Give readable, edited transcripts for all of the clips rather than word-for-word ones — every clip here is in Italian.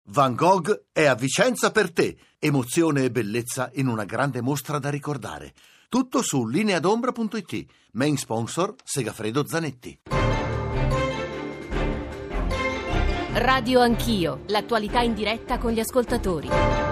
Van Gogh è a Vicenza per te. Emozione e bellezza in una grande mostra da ricordare. Tutto su lineadombra.it. Main sponsor Segafredo Zanetti. Radio Anch'io, l'attualità in diretta con gli ascoltatori.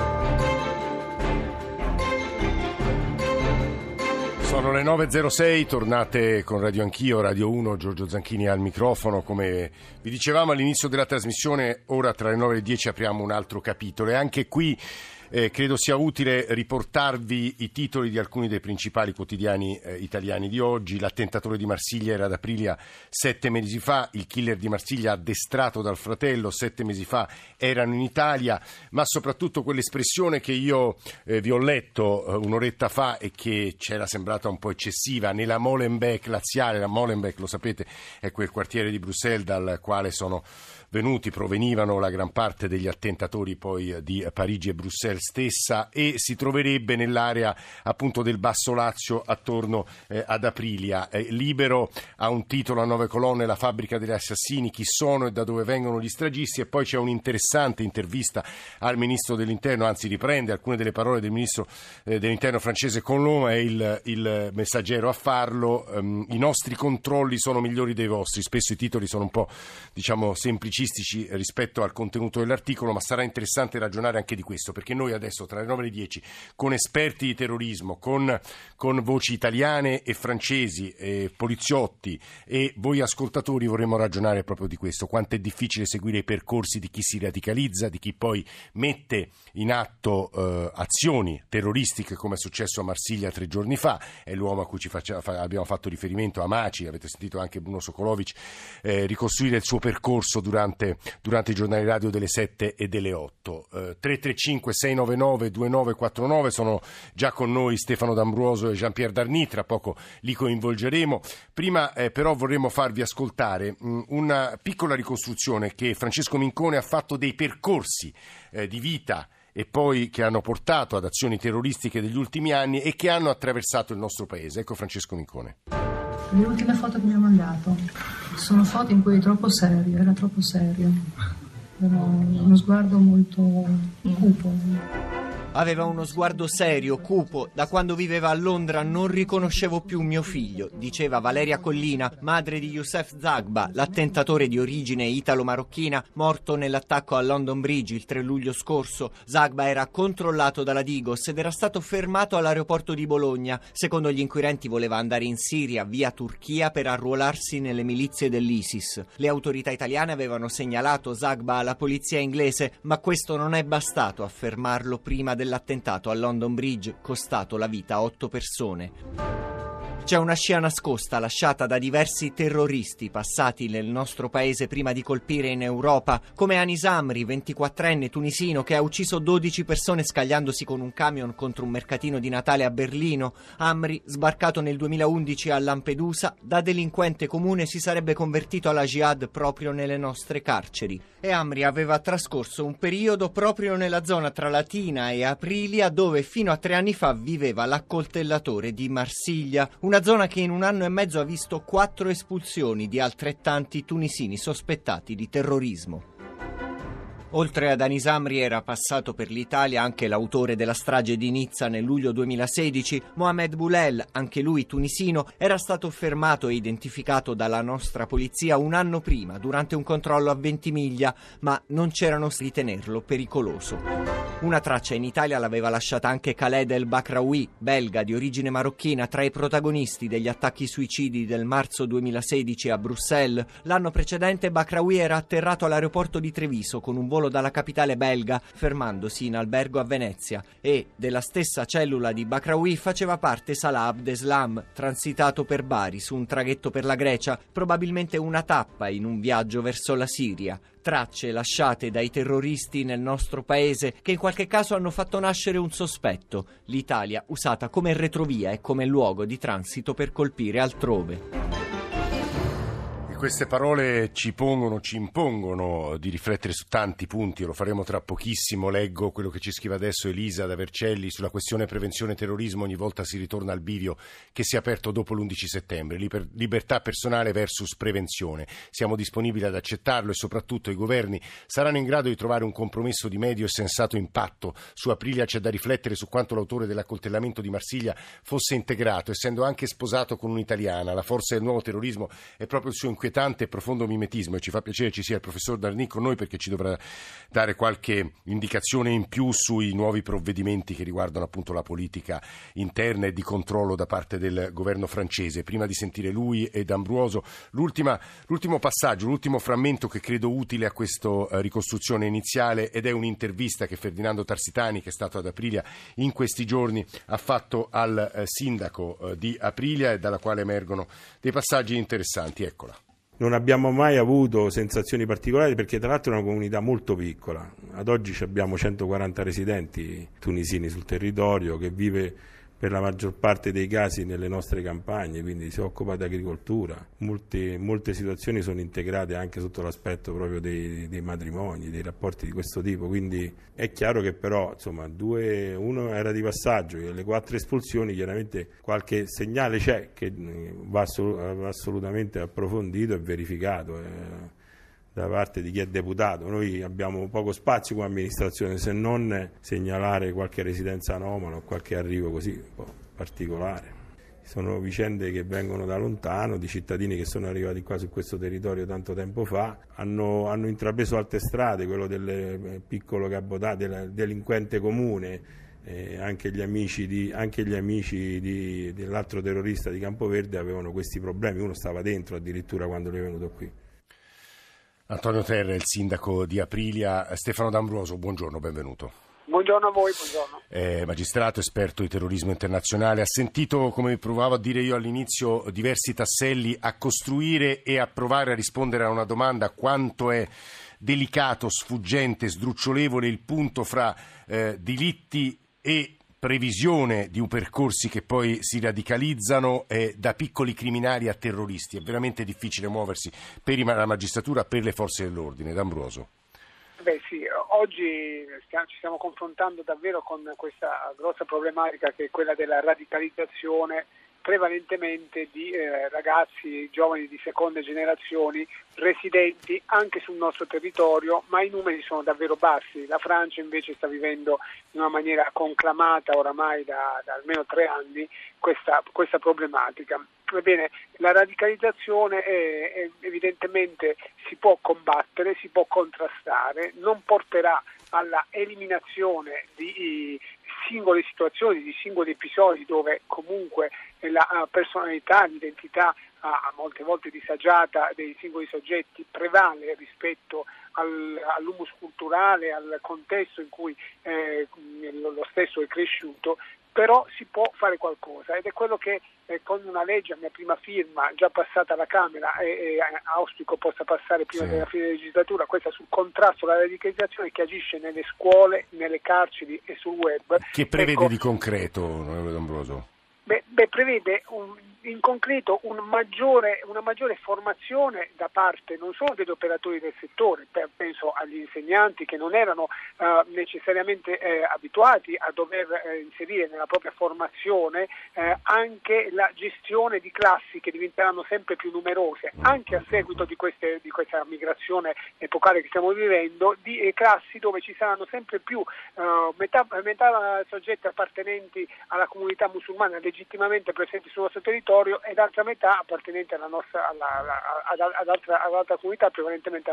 Sono le 9.06, tornate con Radio Anch'io, Radio 1, Giorgio Zanchini al microfono. Come vi dicevamo all'inizio della trasmissione, ora tra le 9 e le 10 apriamo un altro capitolo e anche qui credo sia utile riportarvi i titoli di alcuni dei principali quotidiani italiani di oggi. L'attentatore di Marsiglia era ad Aprilia 7 mesi fa, il killer di Marsiglia addestrato dal fratello 7 mesi fa erano in Italia, ma soprattutto quell'espressione che io vi ho letto un'oretta fa e che c'era sembrata un po' eccessiva, nella Molenbeek laziale. La Molenbeek, lo sapete, è quel quartiere di Bruxelles dal quale provenivano la gran parte degli attentatori poi di Parigi e Bruxelles stessa, e si troverebbe nell'area appunto del Basso Lazio attorno ad Aprilia. Libero ha un titolo a 9 colonne: la fabbrica degli assassini, chi sono e da dove vengono gli stragisti, e poi c'è un'interessante intervista al ministro dell'interno, anzi riprende alcune delle parole del ministro dell'interno francese Collomb, è il Messaggero a farlo. I nostri controlli sono migliori dei vostri. Spesso i titoli sono un po' semplicistici rispetto al contenuto dell'articolo, ma sarà interessante ragionare anche di questo, perché noi adesso tra le 9 e le 10 con esperti di terrorismo, con voci italiane e francesi, poliziotti e voi ascoltatori vorremmo ragionare proprio di questo: quanto è difficile seguire i percorsi di chi si radicalizza, di chi poi mette in atto azioni terroristiche, come è successo a Marsiglia 3 giorni fa. È l'uomo a cui abbiamo fatto riferimento, Amaci. Avete sentito anche Bruno Sokolovic ricostruire il suo percorso durante i giornali radio delle 7 e delle 8. 335 699 2949 sono già con noi Stefano D'Ambruoso e Jean-Pierre Darny, tra poco li coinvolgeremo. Prima però vorremmo farvi ascoltare una piccola ricostruzione che Francesco Mincone ha fatto dei percorsi di vita e poi che hanno portato ad azioni terroristiche degli ultimi anni e che hanno attraversato il nostro paese. Ecco Francesco Mincone. Le ultime foto che mi ha mandato sono foto in cui era troppo serio, era uno sguardo molto cupo. Aveva uno sguardo serio, cupo. Da quando viveva a Londra non riconoscevo più mio figlio, diceva Valeria Collina, madre di Youssef Zagba, l'attentatore di origine italo-marocchina, morto nell'attacco a London Bridge il 3 luglio scorso. Zagba era controllato dalla Digos ed era stato fermato all'aeroporto di Bologna. Secondo gli inquirenti voleva andare in Siria via Turchia per arruolarsi nelle milizie dell'ISIS. Le autorità italiane avevano segnalato Zagba alla polizia inglese, ma questo non è bastato a fermarlo prima dell'attentato a London Bridge, costato la vita a 8 persone. C'è una scia nascosta lasciata da diversi terroristi passati nel nostro paese prima di colpire in Europa, come Anis Amri, 24enne tunisino che ha ucciso 12 persone scagliandosi con un camion contro un mercatino di Natale a Berlino. Amri, sbarcato nel 2011 a Lampedusa, da delinquente comune si sarebbe convertito alla jihad proprio nelle nostre carceri. E Amri aveva trascorso un periodo proprio nella zona tra Latina e Aprilia, dove fino a 3 anni fa viveva l'accoltellatore di Marsiglia, una zona che in 1 anno e mezzo ha visto 4 espulsioni di altrettanti tunisini sospettati di terrorismo. Oltre ad Anis Amri era passato per l'Italia anche l'autore della strage di Nizza nel luglio 2016, Mohamed Boulel, anche lui tunisino, era stato fermato e identificato dalla nostra polizia 1 anno prima durante un controllo a Ventimiglia, ma non c'erano di tenerlo pericoloso. Una traccia in Italia l'aveva lasciata anche Khaled El Bakraoui, belga di origine marocchina, tra i protagonisti degli attacchi suicidi del marzo 2016 a Bruxelles. L'anno precedente Bakraoui era atterrato all'aeroporto di Treviso con un volo dalla capitale belga, fermandosi in albergo a Venezia, e della stessa cellula di Bakraoui faceva parte Salah Abdeslam, transitato per Bari su un traghetto per la Grecia, probabilmente una tappa in un viaggio verso la Siria. Tracce lasciate dai terroristi nel nostro paese che in qualche caso hanno fatto nascere un sospetto: l'Italia usata come retrovia e come luogo di transito per colpire altrove. Queste parole ci impongono di riflettere su tanti punti, lo faremo tra pochissimo. Leggo quello che ci scrive adesso Elisa da Vercelli sulla questione prevenzione terrorismo. Ogni volta si ritorna al bivio che si è aperto dopo l'11 settembre. Libertà personale versus prevenzione. Siamo disponibili ad accettarlo e soprattutto i governi saranno in grado di trovare un compromesso di medio e sensato impatto. Su Aprilia c'è da riflettere su quanto l'autore dell'accoltellamento di Marsiglia fosse integrato, essendo anche sposato con un'italiana. La forza del nuovo terrorismo è proprio il suo inquietante e profondo mimetismo, e ci fa piacere ci sia il professor Darni con noi, perché ci dovrà dare qualche indicazione in più sui nuovi provvedimenti che riguardano appunto la politica interna e di controllo da parte del governo francese. Prima di sentire lui e D'Ambruoso, l'ultimo passaggio, l'ultimo frammento che credo utile a questa ricostruzione iniziale, ed è un'intervista che Ferdinando Tarsitani, che è stato ad Aprilia in questi giorni, ha fatto al sindaco di Aprilia, e dalla quale emergono dei passaggi interessanti. Eccola. Non abbiamo mai avuto sensazioni particolari, perché tra l'altro è una comunità molto piccola. Ad oggi abbiamo 140 residenti tunisini sul territorio, che vive per la maggior parte dei casi nelle nostre campagne, quindi si occupa di agricoltura. Molte situazioni sono integrate anche sotto l'aspetto proprio dei matrimoni, dei rapporti di questo tipo, quindi è chiaro che però uno era di passaggio, e le 4 espulsioni chiaramente qualche segnale c'è che va assolutamente approfondito e verificato da parte di chi è deputato. Noi abbiamo poco spazio come amministrazione, se non segnalare qualche residenza anomala o qualche arrivo così un po' particolare. Sono vicende che vengono da lontano, di cittadini che sono arrivati qua su questo territorio tanto tempo fa, hanno intrapreso altre strade, quello del piccolo cabotaggio, del delinquente comune. Anche gli amici dell'altro terrorista di Campoverde avevano questi problemi, uno stava dentro addirittura quando lui è venuto qui. Antonio Terra, il sindaco di Aprilia. Stefano D'Ambruoso, buongiorno, benvenuto. Buongiorno a voi, buongiorno. Magistrato, esperto di terrorismo internazionale, ha sentito, come provavo a dire io all'inizio, diversi tasselli a costruire e a provare a rispondere a una domanda: quanto è delicato, sfuggente, sdrucciolevole il punto fra delitti e previsione di percorsi che poi si radicalizzano da piccoli criminali a terroristi. È veramente difficile muoversi per la magistratura, per le forze dell'ordine. D'Ambruoso. Beh sì, oggi ci stiamo confrontando davvero con questa grossa problematica, che è quella della radicalizzazione prevalentemente di ragazzi giovani di seconde generazioni residenti anche sul nostro territorio, ma i numeri sono davvero bassi. La Francia invece sta vivendo in una maniera conclamata oramai da almeno 3 anni questa problematica. Ebbene, la radicalizzazione evidentemente si può combattere, si può contrastare, non porterà alla eliminazione di singole situazioni, di singoli episodi dove comunque la personalità, l'identità a molte volte disagiata dei singoli soggetti prevale rispetto all'humus culturale, al contesto in cui lo stesso è cresciuto. Però si può fare qualcosa, ed è quello che con una legge a mia prima firma già passata alla Camera e auspico possa passare prima della fine della legislatura, questa sul contrasto alla radicalizzazione, che agisce nelle scuole, nelle carceri e sul web. Che prevede di concreto, onorevole D'Ambruoso? Prevede in concreto una maggiore formazione da parte non solo degli operatori del settore, penso agli insegnanti che non erano necessariamente abituati a dover inserire nella propria formazione anche la gestione di classi che diventeranno sempre più numerose, anche a seguito di questa migrazione epocale che stiamo vivendo, di classi dove ci saranno sempre più metà soggetti appartenenti alla comunità musulmana legittimamente presenti sul nostro territorio, ed altra metà appartenente ad altra comunità, prevalentemente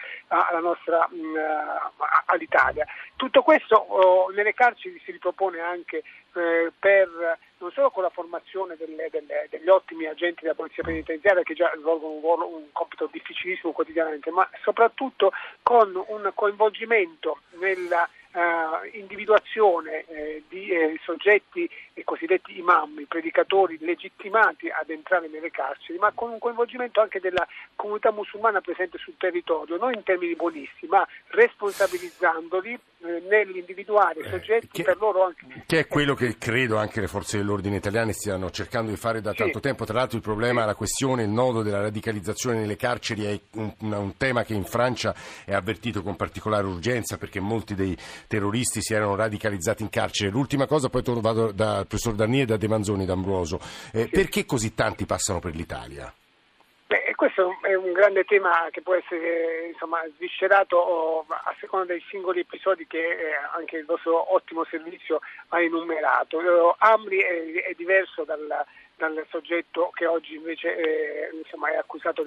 all'Italia. Tutto questo nelle carceri si ripropone anche non solo con la formazione degli ottimi agenti della polizia penitenziaria, che già svolgono un compito difficilissimo quotidianamente, ma soprattutto con un coinvolgimento nella individuazione di soggetti cosiddetti imam, i predicatori legittimati ad entrare nelle carceri, ma con un coinvolgimento anche della comunità musulmana presente sul territorio, non in termini buonisti, ma responsabilizzandoli nell'individuare i soggetti per loro anche. Che è quello che credo anche le forze dell'ordine italiane stiano cercando di fare da tanto tempo. Tra l'altro il problema, la questione, il nodo della radicalizzazione nelle carceri è un tema che in Francia è avvertito con particolare urgenza, perché molti dei terroristi si erano radicalizzati in carcere. L'ultima cosa, poi vado dal professor Darnier e da De Manzoni d'Ambroso. Perché così tanti passano per l'Italia? Questo è un grande tema che può essere sviscerato a seconda dei singoli episodi che anche il vostro ottimo servizio ha enumerato. Amri è diverso dal soggetto che oggi invece è accusato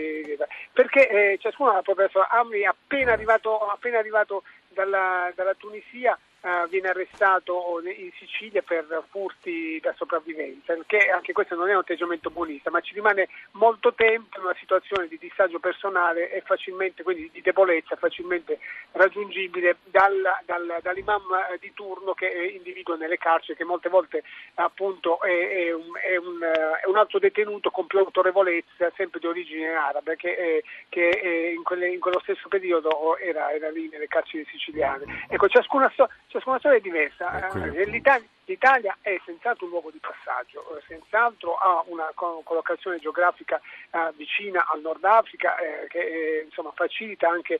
perché ciascuno ha la propria storia. Amri appena arrivato dalla Tunisia viene arrestato in Sicilia per furti da sopravvivenza, perché anche questo non è un atteggiamento buonista, ma ci rimane molto tempo in una situazione di disagio personale e facilmente, quindi di debolezza, facilmente raggiungibile dall'imam di turno che individua nelle carceri, che molte volte appunto è un altro detenuto con più autorevolezza, sempre di origine araba, che in quello stesso periodo era lì nelle carceri siciliane. Ecco, ciascuna storia è diversa. L'Italia è senz'altro un luogo di passaggio, senz'altro ha una collocazione geografica vicina al Nord Africa che facilita anche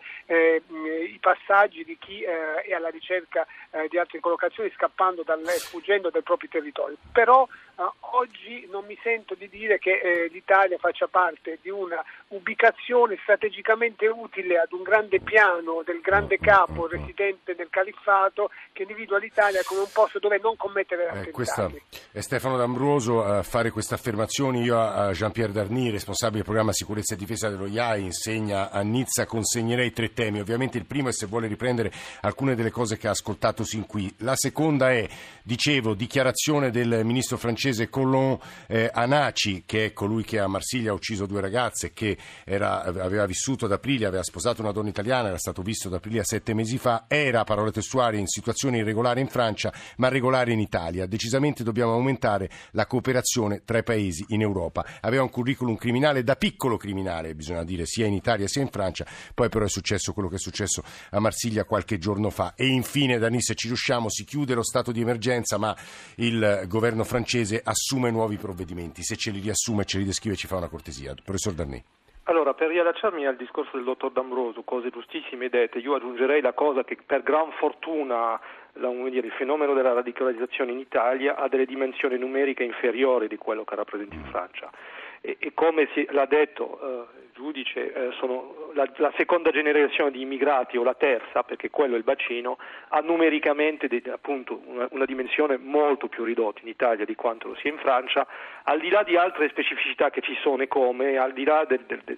i passaggi di chi è alla ricerca di altre collocazioni fuggendo dai propri territori. Però oggi non mi sento di dire che l'Italia faccia parte di una ubicazione strategicamente utile ad un grande piano del grande capo residente nel califfato che individua l'Italia come un posto dove non commettere attentati. Questa è Stefano D'Ambroso a fare queste affermazioni. Io a Jean-Pierre Darnier, responsabile del programma Sicurezza e Difesa dello IAI, insegna a Nizza, consegnerei 3 temi. Ovviamente il primo è se vuole riprendere alcune delle cose che ha ascoltato sin qui. La seconda è, dichiarazione del ministro francese Collomb a Naci, che è colui che a Marsiglia ha ucciso 2 ragazze, che aveva vissuto ad Aprilia, aveva sposato una donna italiana, era stato visto ad Aprilia 7 mesi fa, era, parole testuali, in situazione irregolare in Francia ma regolare in Italia. Decisamente dobbiamo aumentare la cooperazione tra i paesi in Europa. Aveva un curriculum criminale, da piccolo criminale bisogna dire, sia in Italia sia in Francia, poi però è successo quello che è successo a Marsiglia qualche giorno fa. E infine, Dani, se ci riusciamo, si chiude lo stato di emergenza ma il governo francese assume nuovi provvedimenti. Se ce li riassume, ce li descrive, ci fa una cortesia. Professor Darnier. Allora, per riallacciarmi al discorso del dottor D'Ambroso, cose giustissime dette, io aggiungerei la cosa che per gran fortuna il fenomeno della radicalizzazione in Italia ha delle dimensioni numeriche inferiori di quello che rappresenta in Francia. E come l'ha detto il giudice, sono la seconda generazione di immigrati o la terza, perché quello è il bacino, ha numericamente appunto una dimensione molto più ridotta in Italia di quanto lo sia in Francia, al di là di altre specificità che ci sono, come al di là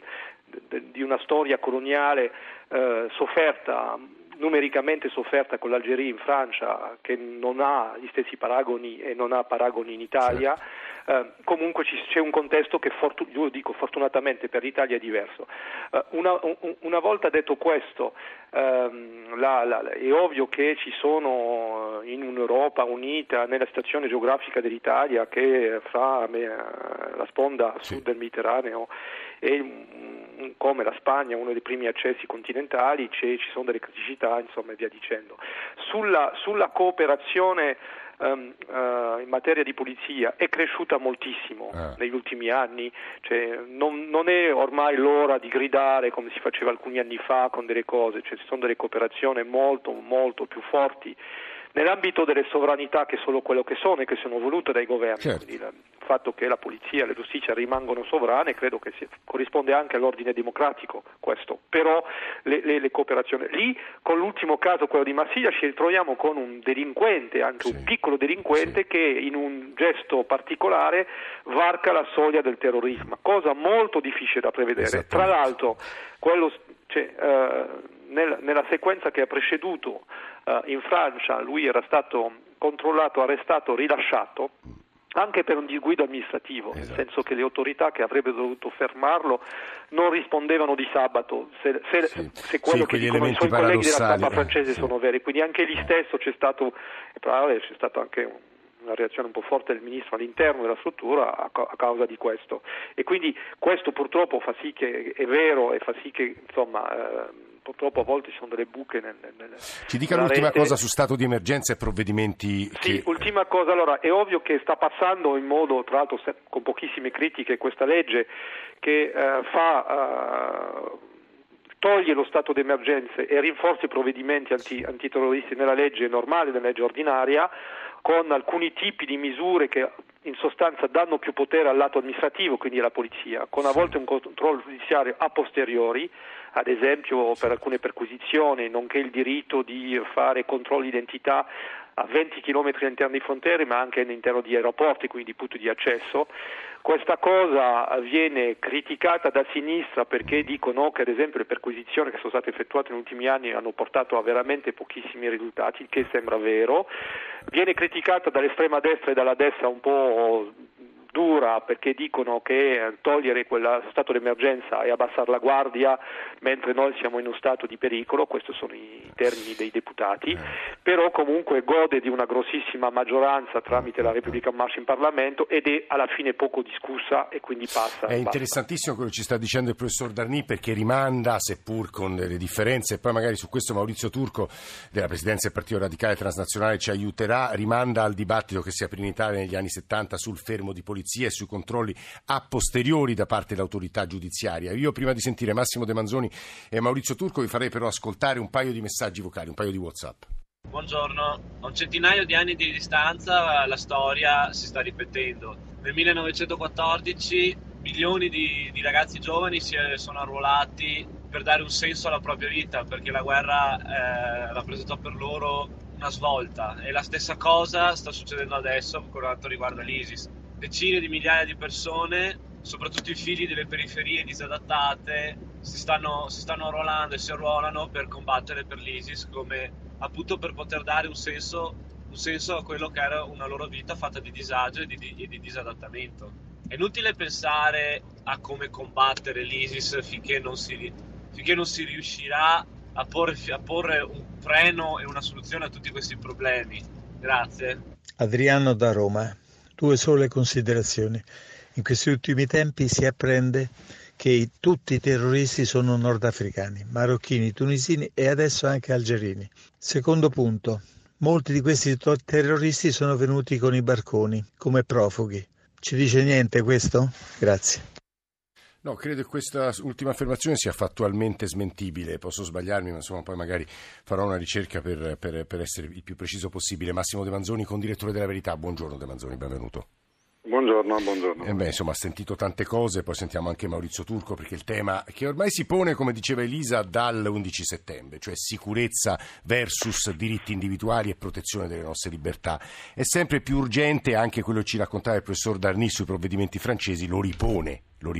di una storia coloniale numericamente sofferta con l'Algeria in Francia, che non ha gli stessi paragoni e non ha paragoni in Italia. Certo. Comunque c'è un contesto che io dico fortunatamente per l'Italia è diverso. Una volta detto questo, è ovvio che ci sono in un'Europa unita, nella situazione geografica dell'Italia, che fra la sponda sud del Mediterraneo e come la Spagna, uno dei primi accessi continentali, ci sono delle criticità, insomma, e via dicendo. Sulla cooperazione in materia di polizia è cresciuta moltissimo negli ultimi anni, cioè non è ormai l'ora di gridare come si faceva alcuni anni fa con delle cose, cioè ci sono delle cooperazioni molto molto più forti nell'ambito delle sovranità che sono quello che sono e che sono volute dai governi. Certo. Quindi il fatto che la polizia e la giustizia rimangono sovrane credo che corrisponde anche all'ordine democratico questo, però le cooperazioni lì, con l'ultimo caso, quello di Marsiglia, ci ritroviamo con un delinquente, anche un piccolo delinquente, che in un gesto particolare varca la soglia del terrorismo, cosa molto difficile da prevedere. Tra l'altro nella sequenza che ha preceduto in Francia lui era stato controllato, arrestato, rilasciato anche per un disguido amministrativo, nel senso che le autorità che avrebbero dovuto fermarlo non rispondevano di sabato, se quello che dicono i suoi colleghi della stampa francese sono veri. Quindi anche lì stesso c'è stato anche una reazione un po' forte del ministro all'interno della struttura a causa di questo, e quindi questo purtroppo fa sì che è vero e fa sì che insomma purtroppo a volte ci sono delle buche Ci dica l'ultima cosa su stato di emergenza e provvedimenti. Sì, ultima cosa, allora è ovvio che sta passando in modo, tra l'altro con pochissime critiche, questa legge che toglie lo stato di emergenza e rinforza i provvedimenti antiterroristi nella legge normale, nella legge ordinaria, con alcuni tipi di misure che in sostanza danno più potere al lato amministrativo, quindi alla polizia, con a volte un controllo giudiziario a posteriori, ad esempio per alcune perquisizioni, nonché il diritto di fare controlli di identità a 20 km all'interno di frontiere, ma anche all'interno di aeroporti, quindi di punti di accesso. Questa cosa viene criticata da sinistra perché dicono che ad esempio le perquisizioni che sono state effettuate negli ultimi anni hanno portato a veramente pochissimi risultati, il che sembra vero. Viene criticata dall'estrema destra e dalla destra un po' dura perché dicono che togliere quel stato d'emergenza e abbassare la guardia mentre noi siamo in uno stato di pericolo, questi sono i termini dei deputati, però comunque gode di una grossissima maggioranza tramite la Repubblica en Marche in Parlamento ed è alla fine poco discussa e quindi passa. È interessantissimo quello che ci sta dicendo il professor Darnis, perché rimanda, seppur con delle differenze, e poi magari su questo Maurizio Turco della Presidenza del Partito Radicale Transnazionale ci aiuterà, rimanda al dibattito che si aprì in Italia negli anni 70 sul fermo di polizia e sui controlli a posteriori da parte dell'autorità giudiziaria. Io prima di sentire Massimo De Manzoni e Maurizio Turco vi farei però ascoltare un paio di messaggi vocali, un paio di WhatsApp. Buongiorno, a un centinaio di anni di distanza la storia si sta ripetendo. Nel 1914 milioni di ragazzi giovani si sono arruolati per dare un senso alla propria vita, perché la guerra rappresentò per loro una svolta, e la stessa cosa sta succedendo adesso per quanto riguarda l'ISIS. Decine di migliaia di persone, soprattutto i figli delle periferie disadattate, si stanno arruolando e si arruolano per combattere per l'ISIS, come appunto per poter dare un senso a quello che era una loro vita fatta di disagio e di disadattamento. È inutile pensare a come combattere l'ISIS finché non si riuscirà a porre un freno e una soluzione a tutti questi problemi. Grazie. Adriano da Roma. 2 sole considerazioni. In questi ultimi tempi si apprende che tutti i terroristi sono nordafricani, marocchini, tunisini e adesso anche algerini. Secondo punto, molti di questi terroristi sono venuti con i barconi come profughi. Ci dice niente questo? Grazie. No, credo che questa ultima affermazione sia fattualmente smentibile, posso sbagliarmi, ma insomma poi magari farò una ricerca per essere il più preciso possibile. Massimo De Manzoni, condirettore della Verità. Buongiorno De Manzoni, benvenuto. Buongiorno. Beh, insomma, ha sentito tante cose, poi sentiamo anche Maurizio Turco, perché il tema che ormai si pone, come diceva Elisa, dall'11 settembre, cioè sicurezza versus diritti individuali e protezione delle nostre libertà, è sempre più urgente. Anche quello che ci raccontava il professor Darnis sui provvedimenti francesi lo ripone.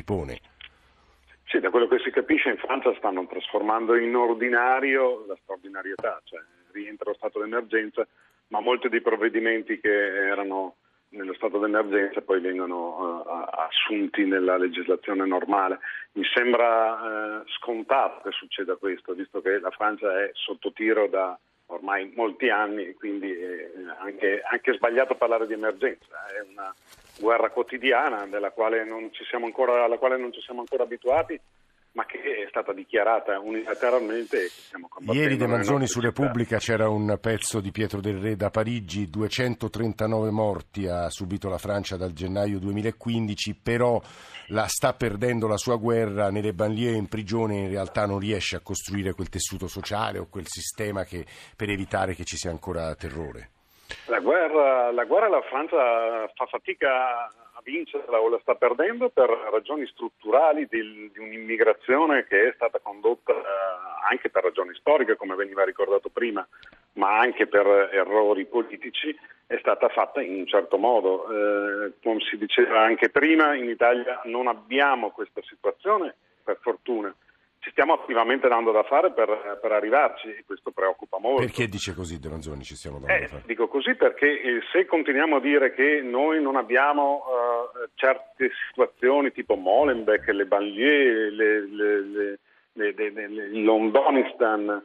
Sì, da quello che si capisce in Francia stanno trasformando in ordinario la straordinarietà, cioè rientra lo stato d'emergenza, ma molti dei provvedimenti che erano nello stato d'emergenza poi vengono assunti nella legislazione normale. Mi sembra scontato che succeda questo, visto che la Francia è sotto tiro da ormai molti anni e quindi è anche sbagliato parlare di emergenza. È una guerra quotidiana alla quale non ci siamo ancora abituati, ma che è stata dichiarata unilateralmente e che stiamo combattendo. Ieri De Manzoni su Repubblica c'era un pezzo di Pietro Del Re da Parigi: 239 morti ha subito la Francia dal gennaio 2015, però sta perdendo la sua guerra nelle banlieue, in prigione, in realtà non riesce a costruire quel tessuto sociale o quel sistema per evitare che ci sia ancora terrore. La guerra la Francia fa fatica a vincerla o la sta perdendo per ragioni strutturali di un'immigrazione che è stata condotta anche per ragioni storiche, come veniva ricordato prima, ma anche per errori politici. È stata fatta in un certo modo. Come si diceva anche prima, in Italia non abbiamo questa situazione, per fortuna. Ci stiamo attivamente dando da fare per arrivarci e questo preoccupa molto. Perché dice così De Manzoni, ci stiamo dando da fare? Dico così perché se continuiamo a dire che noi non abbiamo certe situazioni tipo Molenbeek, le banlieue, il Londonistan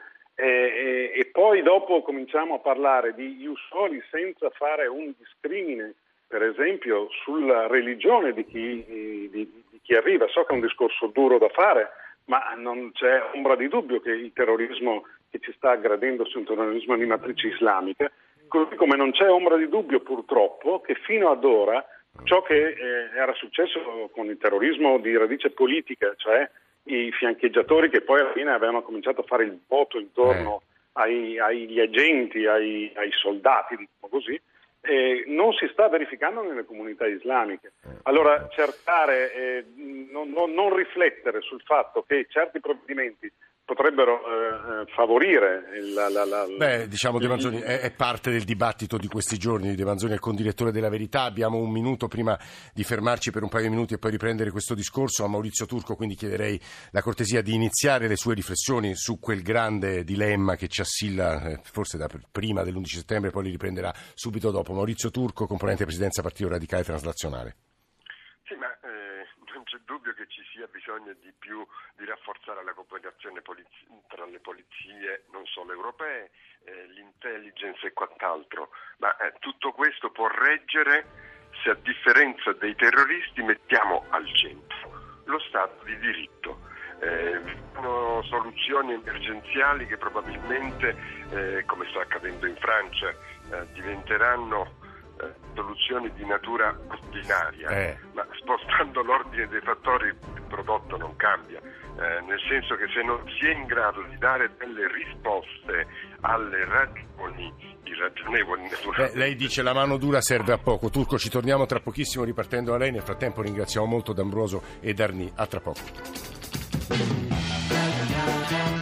e poi dopo cominciamo a parlare di ius soli senza fare un discrimine, per esempio, sulla religione di chi arriva. So che è un discorso duro da fare, ma non c'è ombra di dubbio che il terrorismo che ci sta aggredendo sia un terrorismo di matrice islamica, così come non c'è ombra di dubbio purtroppo che fino ad ora ciò che era successo con il terrorismo di radice politica, cioè i fiancheggiatori che poi alla fine avevano cominciato a fare il voto intorno agli agenti, ai soldati, diciamo così, non si sta verificando nelle comunità islamiche. Allora cercare, non riflettere sul fatto che certi provvedimenti potrebbero favorire diciamo De Manzoni è parte del dibattito di questi giorni. De Manzoni è il condirettore della Verità. Abbiamo un minuto prima di fermarci per un paio di minuti e poi riprendere questo discorso. A Maurizio Turco quindi chiederei la cortesia di iniziare le sue riflessioni su quel grande dilemma che ci assilla forse da prima dell'11 settembre, poi li riprenderà subito dopo. Maurizio Turco, componente Presidenza Partito Radicale Transnazionale. Sì, ma non c'è dubbio che ci sia bisogno di rafforzare la cooperazione tra le polizie non solo europee, l'intelligence e quant'altro, ma tutto questo può reggere se a differenza dei terroristi mettiamo al centro lo Stato di diritto. Sono soluzioni emergenziali che probabilmente, come sta accadendo in Francia, diventeranno soluzioni di natura ordinaria, ma spostando l'ordine dei fattori il prodotto non cambia, nel senso che se non si è in grado di dare delle risposte alle ragioni irragionevoli. Lei dice la mano dura serve a poco. Turco, ci torniamo tra pochissimo ripartendo da lei. Nel frattempo ringraziamo molto D'Ambroso e Darni. A tra poco.